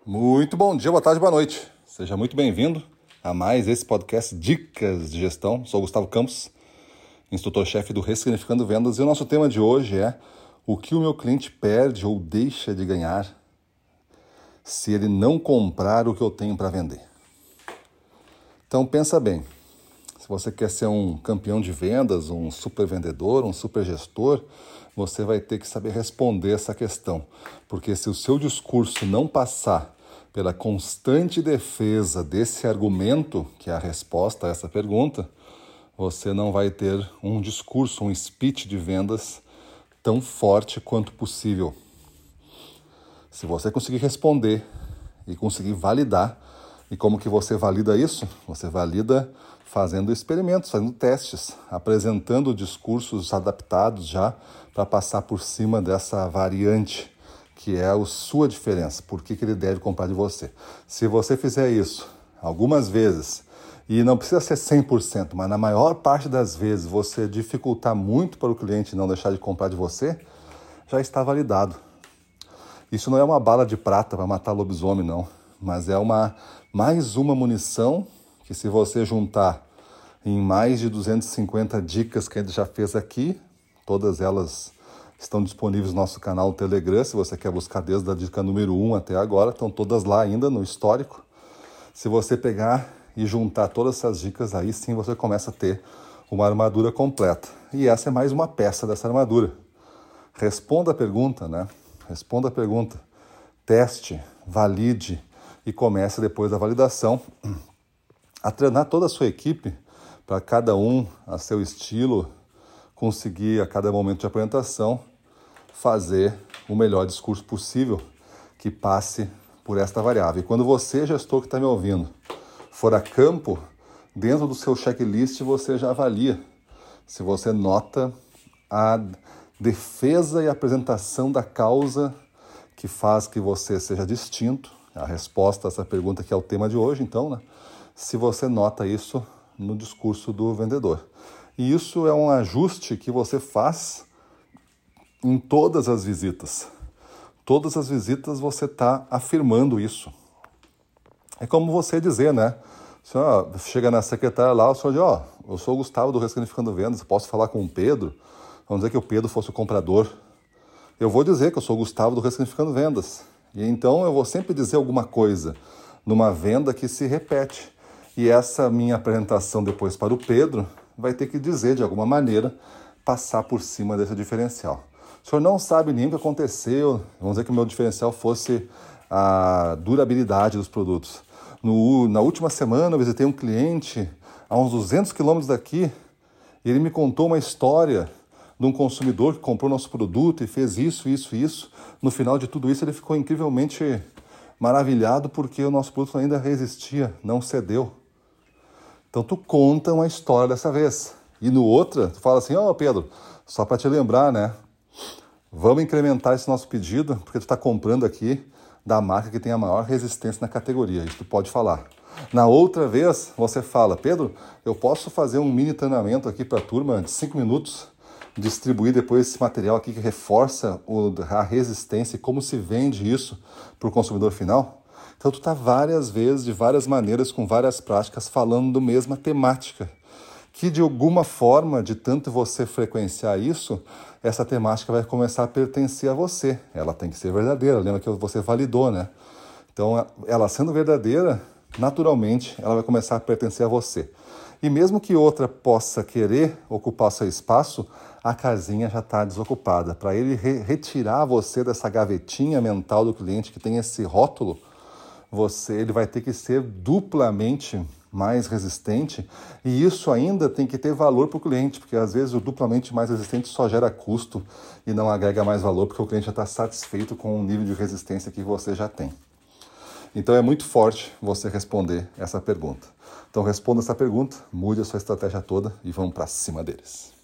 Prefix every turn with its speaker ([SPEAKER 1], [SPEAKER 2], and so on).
[SPEAKER 1] Muito bom dia, boa tarde, boa noite. Seja muito bem-vindo a mais esse podcast Dicas de Gestão. Sou Gustavo Campos, instrutor-chefe do Ressignificando Vendas, e o nosso tema de hoje é o que o meu cliente perde ou deixa de ganhar se ele não comprar o que eu tenho para vender. Então pensa bem, se você quer ser um campeão de vendas, um super vendedor, um super gestor, você vai ter que saber responder essa questão, porque se o seu discurso não passar pela constante defesa desse argumento, que é a resposta a essa pergunta, você não vai ter um discurso, um speech de vendas tão forte quanto possível. Se você conseguir responder e conseguir validar, e como que você valida isso? Você valida fazendo experimentos, fazendo testes, apresentando discursos adaptados já para passar por cima dessa variante, que é a sua diferença, por que ele deve comprar de você. Se você fizer isso algumas vezes, e não precisa ser 100%, mas na maior parte das vezes você dificultar muito para o cliente não deixar de comprar de você, já está validado. Isso não é uma bala de prata para matar lobisomem, não, mas é mais uma munição que, se você juntar em mais de 250 dicas que a gente já fez aqui, todas elas estão disponíveis no nosso canal Telegram, se você quer buscar desde a dica número 1 até agora, estão todas lá ainda no histórico. Se você pegar e juntar todas essas dicas, aí sim você começa a ter uma armadura completa. E essa é mais uma peça dessa armadura. Responda a pergunta, né? Responda a pergunta, teste, valide e comece depois da validação a treinar toda a sua equipe para cada um, a seu estilo, conseguir a cada momento de apresentação fazer o melhor discurso possível que passe por esta variável. E quando você, gestor que está me ouvindo, for a campo, dentro do seu checklist você já avalia se você nota a defesa e apresentação da causa que faz que você seja distinto. A resposta a essa pergunta que é o tema de hoje, então, né? Se você nota isso no discurso do vendedor. E isso é um ajuste que você faz em todas as visitas. Todas as visitas você está afirmando isso. É como você dizer, né? Você, chega na secretária lá, o senhor diz, eu sou o Gustavo do Ressignificando Vendas, posso falar com o Pedro? Vamos dizer que o Pedro fosse o comprador. Eu vou dizer que eu sou o Gustavo do Ressignificando Vendas. E então eu vou sempre dizer alguma coisa numa venda que se repete. E essa minha apresentação depois para o Pedro vai ter que dizer, de alguma maneira, passar por cima desse diferencial. O senhor não sabe nem o que aconteceu, vamos dizer que o meu diferencial fosse a durabilidade dos produtos. Na última semana eu visitei um cliente a uns 200 quilômetros daqui e ele me contou uma história de um consumidor que comprou nosso produto e fez isso, isso, isso. No final de tudo isso ele ficou incrivelmente maravilhado porque o nosso produto ainda resistia, não cedeu. Então tu conta uma história dessa vez. E no outra, tu fala assim, Pedro, só para te lembrar, né? Vamos incrementar esse nosso pedido, porque tu está comprando aqui da marca que tem a maior resistência na categoria. Isso tu pode falar. Na outra vez, você fala, Pedro, eu posso fazer um mini treinamento aqui para a turma de 5 minutos, distribuir depois esse material aqui que reforça a resistência e como se vende isso para o consumidor final? Então tu está várias vezes, de várias maneiras, com várias práticas, falando da mesma temática, que de alguma forma, de tanto você frequenciar isso, essa temática vai começar a pertencer a você. Ela tem que ser verdadeira, lembra que você validou, né? Então, ela sendo verdadeira, naturalmente, ela vai começar a pertencer a você. E mesmo que outra possa querer ocupar seu espaço, a casinha já está desocupada. Para ele retirar você dessa gavetinha mental do cliente que tem esse rótulo, ele vai ter que ser duplamente mais resistente, e isso ainda tem que ter valor para o cliente, porque às vezes o duplamente mais resistente só gera custo e não agrega mais valor, porque o cliente já está satisfeito com o nível de resistência que você já tem. Então é muito forte você responder essa pergunta. Então responda essa pergunta, mude a sua estratégia toda e vamos para cima deles.